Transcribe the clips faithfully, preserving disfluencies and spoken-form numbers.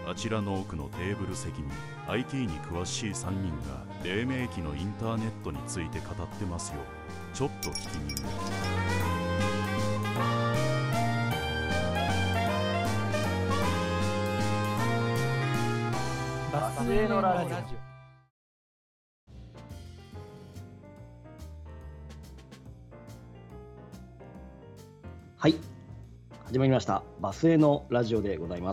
あちらの奥のテーブル席に アイティー に詳しいさんにんが黎明期のインターネットについて語ってますよ。ちょっと聞きに。 バスへのラジオ。 はい、始まりました。バスへのラジオでございます。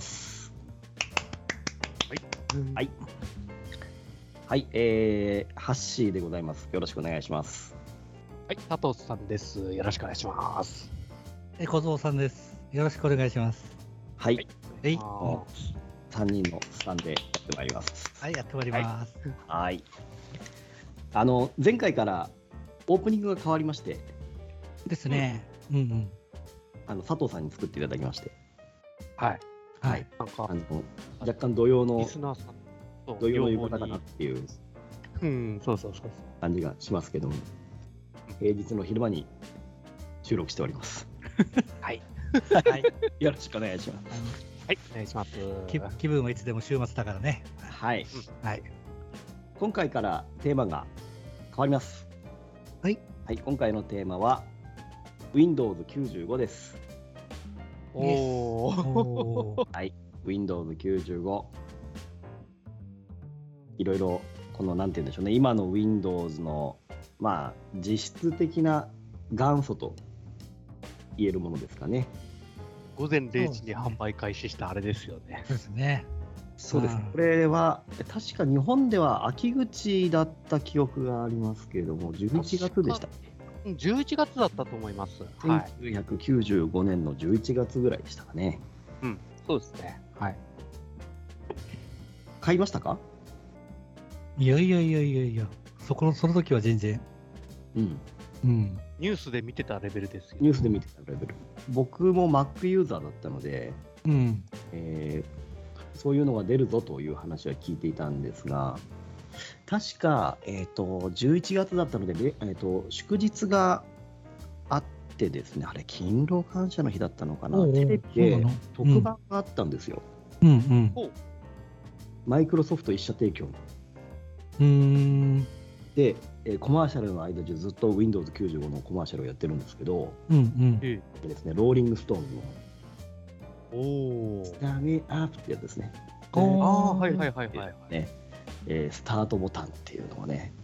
はい、はい、はい、えー、ハッシーでございます。よろしくお願いします。 はい、佐藤さんです。よろしくお願いします。 え、小僧さんです。よろしくお願いします。 はい、 はい、 もうさんにんのスタンでやってまいります。 はい、やってまいります。 はい、はい、あの前回からオープニングが変わりましてですね。うんうん。 あの佐藤さんに作っていただきまして、 はいはい、 なんかあの若干土曜のリスナーさん土曜の夕方かなっていううんそうそうそう感じがしますけども、平日の昼間に収録しておりますはいはい、よろしくお願いします。 はい、お願いします。 気, 気分はいつでも週末だからね。 はい、 うん、はい。 今回からテーマが変わります。 はい、 はい、今回のテーマは ウィンドウズきゅうじゅうご です。 おーはい、ウィンドウズきゅうじゅうご。いろいろこのなんて言うんでしょうね、今の Windows のまあ実質的な元祖と言えるものですかね。 午前れいじに販売開始したあれですよね。 そうですね。 そうですね。これは確か日本では秋口だった記憶がありますけれども、じゅういちがつでしたっけ？ じゅういちがつだったと思います。 せんきゅうひゃくきゅうじゅうごねんのじゅういちがつぐらいでしたかね。 うん、そうですね。はい。 買いましたか？ いやいやいやいやいや、そこのその時は全然。 うん。 うん。 ニュースで見てたレベルですよ。 ニュースで見てたレベル。僕も Mac ユーザーだったので、 うん。 えー、そういうのが出るぞという話は聞いていたんですが、確か、えー、とじゅういちがつだったので、えー、と祝日があってですね、あれ勤労感謝の日だったのかな、 おうおうテレビでそうなの特番があったんですよ。 うんうん。 マイクロソフト一社提供の。 うーん。 で、えーコマーシャルの間中ずっと ウィンドウズきゅうじゅうご のコマーシャルをやってるんですけど、 うんうん。 えでですね、ローリングストーンズのえ、おお。 スターミーアップってやつですね。 ああ、はいはいはいはい、はい。 ねえースタートボタンっていうのがね、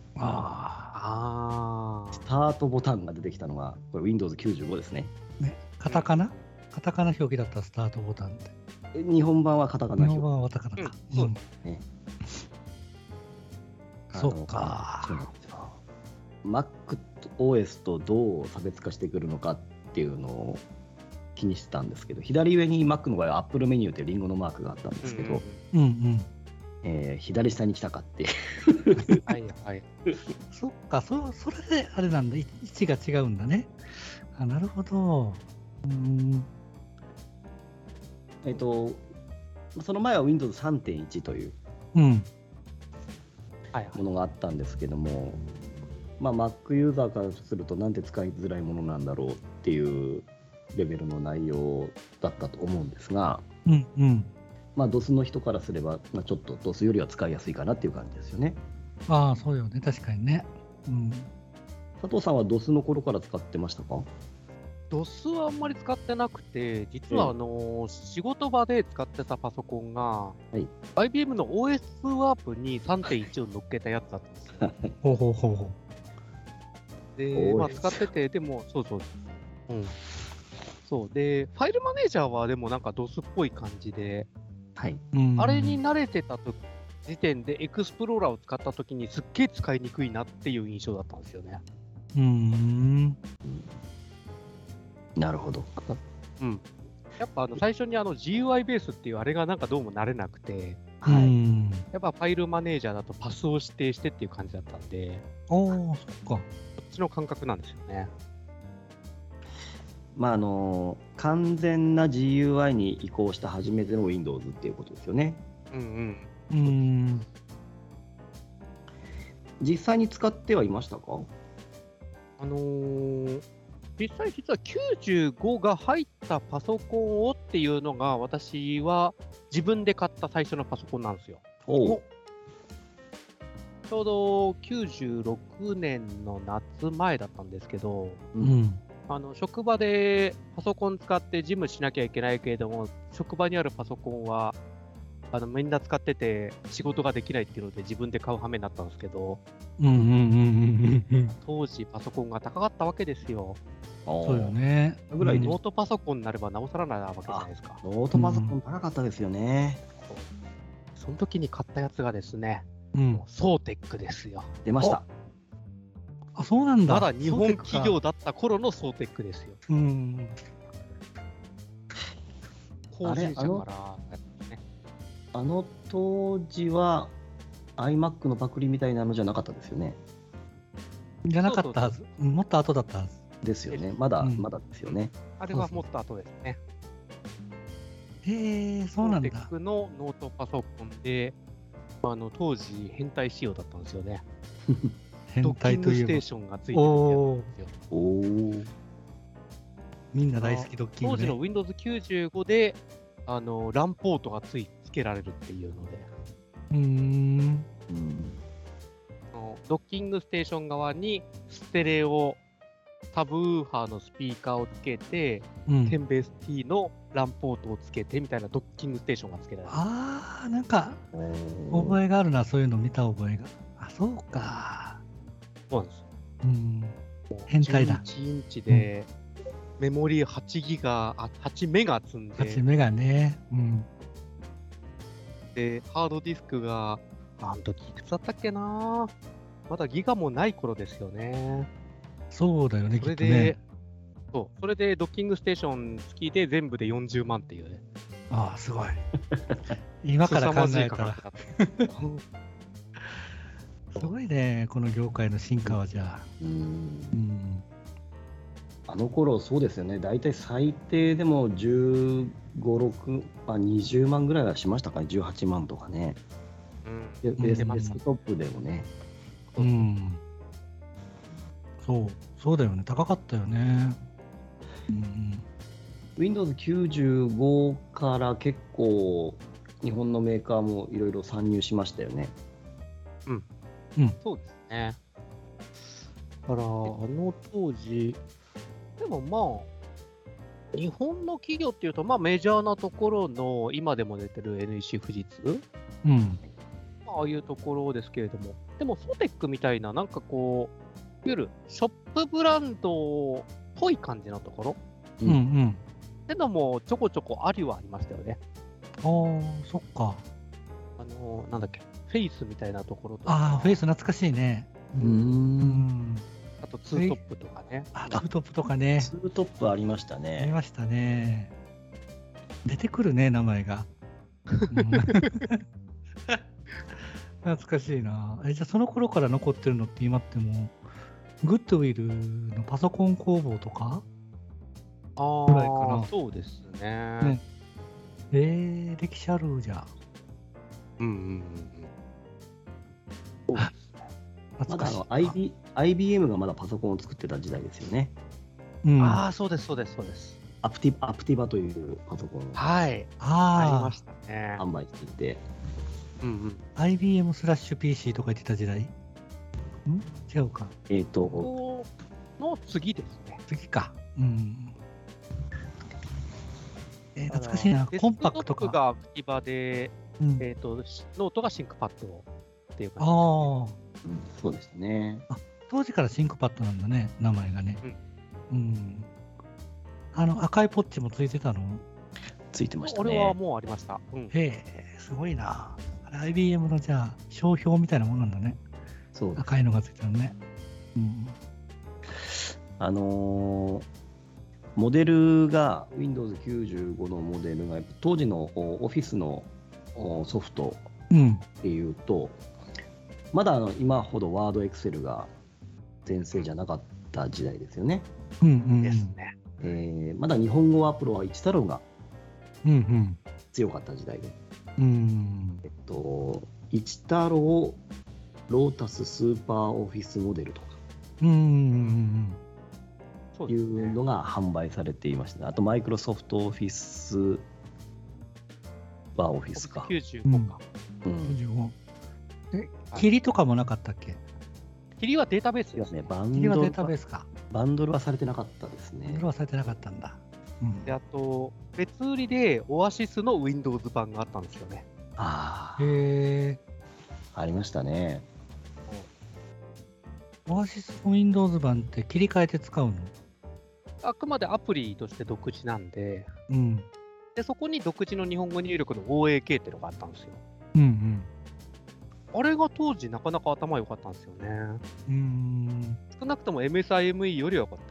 ああ。 スタートボタンが出てきたのがこれ ウィンドウズきゅうじゅうご ですね。 ね、カタカナ？カタカナ表記だったスタートボタンって。 え日本版はカタカナ表記。 日本版はカタカナか。 うんそううんね。 そうか。 そうなんですよ。MacOS とどう差別化してくるのかっていうのを気にしてたんですけど、左上に Mac の場合は Apple メニューってリンゴのマークがあったんですけど、 うんうん。 えー左下に来たかっていう。 はいはい。 そっか、そそれであれなんだ、い位置が違うんだね。あ、なるほど。うーん。 えっと、その前は ウィンドウズさんてんいち といううん。 はいはい。 ものがあったんですけども、まあ、Mac ユーザーからするとなんて使いづらいものなんだろうっていうレベルの内容だったと思うんですが、 うんうん。 まあ、ドス の人からすれば、まあ、ちょっと ドス よりは使いやすいかなっていう感じですよね。 ああ、そうよね。確かにね。うん。 佐藤さんは ドス の頃から使ってましたか？ ドス はあんまり使ってなくて、実はあのー仕事場で使ってたパソコンが、 はい、 アイビーエム の オーエス ワープに さんてんいち を乗っけたやつだったんですよ。 ほうほうほうほで、まあ、 オーエス使ってて、でも、そうそう、うん。そう。で、ファイルマネージャーはでもなんか ドス っぽい感じで、 はい、 う。うん、 あれに慣れてたと時点でエクスプローラーを使ったときにすっげえ使いにくいなっていう印象だったんですよね。 うーん。 なるほど。 うん。やっぱあの最初にあの ジーユーアイ ベースっていうあれがなんかどうも慣れなくて、 うはい、 ん。 やっぱファイルマネージャーだとパスを指定してっていう感じだったんで、 おお、そっか。 こっちの感覚なんですよね。 まああの完全な ジーユーアイ に移行した初めての Windows っていうことですよね。 うんうん。 うーん。 実際に使ってはいましたか？ あのー実際実はきゅうじゅうごが入ったパソコンをっていうのが私は自分で買った最初のパソコンなんですよ。 おうちょうどきゅうじゅうろくねんの夏前だったんですけど、 うん。 あの職場でパソコン使って事務しなきゃいけないけれども、職場にあるパソコンはあのみんな使ってて仕事ができないっていうので自分で買う羽目になったんですけど、 うんうんうんうんうん。 当時パソコンが高かったわけですよ。 そうよ。ね。 ぐらいでノートパソコンになればなおさらなわけじゃないですか。 ノートパソコン高かったですよね。 その時に買ったやつがですね、 うん。 ソーテックですよ。 出ました。 あ、そうなんだ。 まだ日本企業だ。 だった頃のソーテックですよ。 うん。 法人社からね。 あの当時は iMac のパクリみたいなのじゃなかったですよね。 じゃなかったはず。うんもっと後だったはず。 ですよね。まだ、 うんまだですよね。 あれはもっと後ですね。 へえ、そうなんだソーテッ。クのノートパソコンで、あの当時変態仕様だったんですよね。 変ドッキン態といえグステーションがついてるってやつなんですよ。 おお。 ば、みんな大好きドッキングね。 当時の ウィンドウズきゅうじゅうご で、あの、ランポートがついつけられるっていうので、 うーん。 うん。 あのドッキングステーション側にステレオ、サブウーファーのスピーカーをつけて、 うんテンベース T のランポートをつけてみたいなドッキングステーションがつけられる。 あー、なんか、 お覚えがあるな、そういうの見た覚えが。あ、そうか。 そうなんですよ。 うん。変態だじゅういちインチで、メモリーはちギガ、あ、はちメガ積んで、 はちメガね。うん。 で、ハードディスクが、あの時いくつだったっけなまだギガもない頃ですよね。 そうだよね、 それきっとねで。、そう、それでドッキングステーション付きで全部でよんじゅうまんっていうね。 ああ、すごい。今から考えたら、 凄まじい価格だった。 すごいね、この業界の進化はじゃあ。 うん。 うん。 あの頃そうですよね。だいたい最低でもじゅうご、ろく、あ、にじゅうまんぐらいはしましたかね。じゅうはちまんとかね。 うんでベースうんデスクトップでもね。 うん。そう、そうだよね、高かったよね。うん。 ウィンドウズきゅうじゅうご から結構日本のメーカーもいろいろ参入しましたよね。 そうですね。だから、あの当時、でもまあ、日本の企業っていうと、まあメジャーなところの、今でも出てる エヌイーシー 富士通、 うん。 まあ、ああいうところですけれども、でもソテックみたいな、なんかこう、いわゆるショップブランドっぽい感じのところうんうん。 ってのもちょこちょこありはありましたよね。 ああ、そっか。 あの、なんだっけ、フェイスみたいなところとか、 ああ、フェイス懐かしいね。 う。 うんん。 あとツートップとかね。 あ、ツートップとかね。 ツートップありましたありね。 ましたね。出てくるね、名前が。うん懐かしいな。え、じゃあその頃から残ってるのって今ってもう、グッドウィルのパソコン工房とかあぐらいかなあ、そうですね。 ねえー、歴史あるじゃん。 うんうんうんうん。 そうですま懐かしいだあの アイビーアイビーエム がまだパソコンを作ってた時代ですよね。 うん、 あああ、そうです、そうです、そうです。 アプティアプティバというパソコンをはい。ありあましたね。 販売していて、 うんうん。 アイビーエム スラッシュ ピーシー とか言ってた時代ん違うか。 えっ、と、 ここの次ですね。 次か。うん。えー懐かしいな。コンパクトデスクトップか。 がアクティバで、 うん、 えっ、と、しノートがシンクパッドっていう感じですね。 ああ、 うんそうですね。 当時からシンクパッドなんだね、名前がね。うん。あの、赤いポッチもついてたのついてました俺はね。 もうありました。うん。 へえ、すごいな。あれ アイビーエム のじゃあ、商標みたいなもんなんだね。 そうです。 赤いのがついてるのね。うん。 あのーモデルが ウィンドウズきゅうじゅうご のモデルが当時のオフィスのおソフトうん。 っていうと、まだあの今ほどワードエクセルが全盛じゃなかった時代ですよね。 うんうん。 ですね。 えーまだ日本語ワープロは一太郎がうんうん。 強かった時代で、 うんえっと、一太郎ロータススーパーオフィスモデルとか、 うんうんいうのが販売されていました、ね、あとマイクロソフトオフィスはオフィスかきゅうじゅうごか、 うんきゅうじゅうご。え、霧とかもなかったっけ？ 霧はデータベースですね。バン霧はデードルタベースか。 バンドルはされてなかったですね。 バンドルはされてなかったんだ。うん、 で、あと、別売りでオアシスの Windows 版があったんですよね。 ああ。 へえ。 ありましたね。 オアシスの Windows 版って切り替えて使うの？ あくまでアプリとして独自なんで、 うん。 でそこに独自の日本語入力の オーエーケー っていうのがあったんですよ。 うんうん。 あれが当時なかなか頭良かったんですよね。 うーん。 少なくとも エムエスアイエムイー よりは良かった。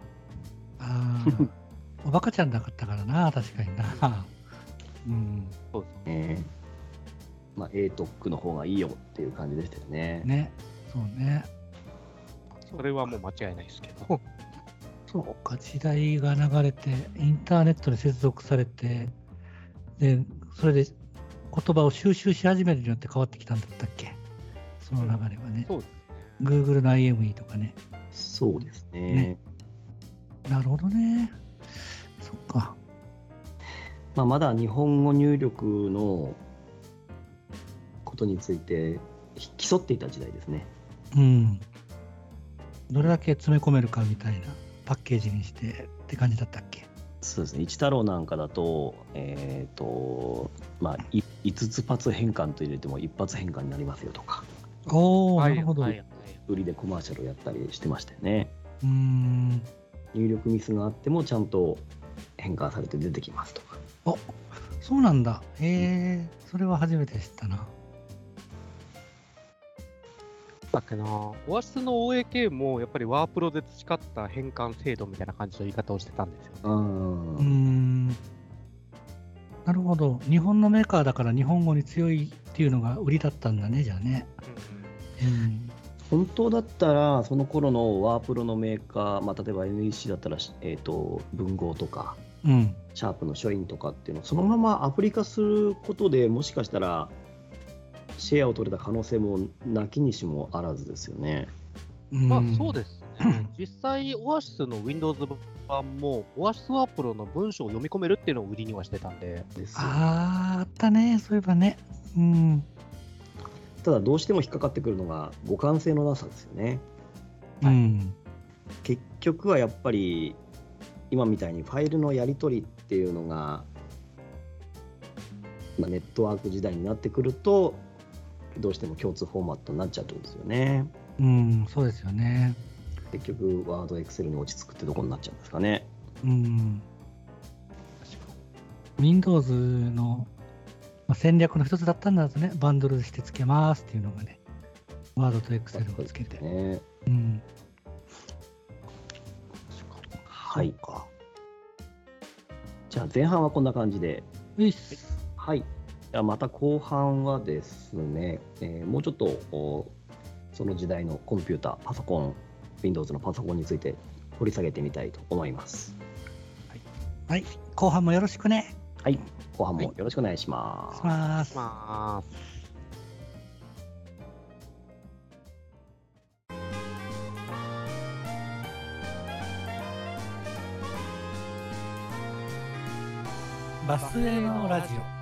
ああ。おバカちゃんなかったからな、確かにな。うん。 そうですね。まあ、エートック の方がいいよっていう感じでしたよね。 ね。そうね。 それはもう間違いないですけど。 そうか、時代が流れて、インターネットに接続されて、で、それで言葉を収集し始めるようになって変わってきたんだったっけ？その流れはね。 そうです。 Google の アイエムイー とかね。 そうですね。 ね、なるほどね。そっか。 まあ、まだ日本語入力のことについて競っていた時代ですね。 うん。どれだけ詰め込めるかみたいなパッケージにしてって感じだったっけ？ そうですね。一太郎なんかだと、えっ、ー、と、まあ、いいつつ発変換と入れても一発変換になりますよとか。 おお、なるほど。 はいはいはい、 売りでコマーシャルをやったりしてましたよね。 うーん。 入力ミスがあってもちゃんと変換されて出てきますとか。 あ、そうなんだ。へえ、それは初めて知ったな。 だっけな、オアシスの オーエーケー もやっぱりワープロで培った変換制度みたいな感じの言い方をしてたんですよね。 うーん。なるほど。日本のメーカーだから日本語に強いっていうのが売りだったんだね、じゃあね。うん、 本当だったらその頃のワープロのメーカー、まあ、例えば エヌイーシー だったら、えー、と文豪とか、 うん、 シャープの書院とかっていうのをそのままアプリ化することでもしかしたらシェアを取れた可能性もなきにしもあらずですよね。 うん、 まあそうですね。実際オアシスの Windows 版もオアシスワープロの文章を読み込めるっていうのを売りにはしてたんで。 ですよあー、あったね、そういえばね。うん。 ただどうしても引っかかってくるのが互換性のなさですよね。 うん、 結局はやっぱり今みたいにファイルのやり取りっていうのが、まあ、ネットワーク時代になってくるとどうしても共通フォーマットになっちゃうってことですよね。 うん、そうですよね。 結局ワードエクセルに落ち着くってとこになっちゃうんですかね。 うん。Windows の戦略の一つだったんだとね、バンドルしてつけますっていうのがね、ワードとエクセルをつけて。 ね、 うん。 はい。じゃあ前半はこんな感じで。 ういっす。 はい。じゃあまた後半はですね、えー、もうちょっとその時代のコンピューター、パソコン、Windows のパソコンについて掘り下げてみたいと思います。 はい。はい、後半もよろしくね。 はい。後半もよろしくお願いします。 はい、します。 まあバスへのラジオ。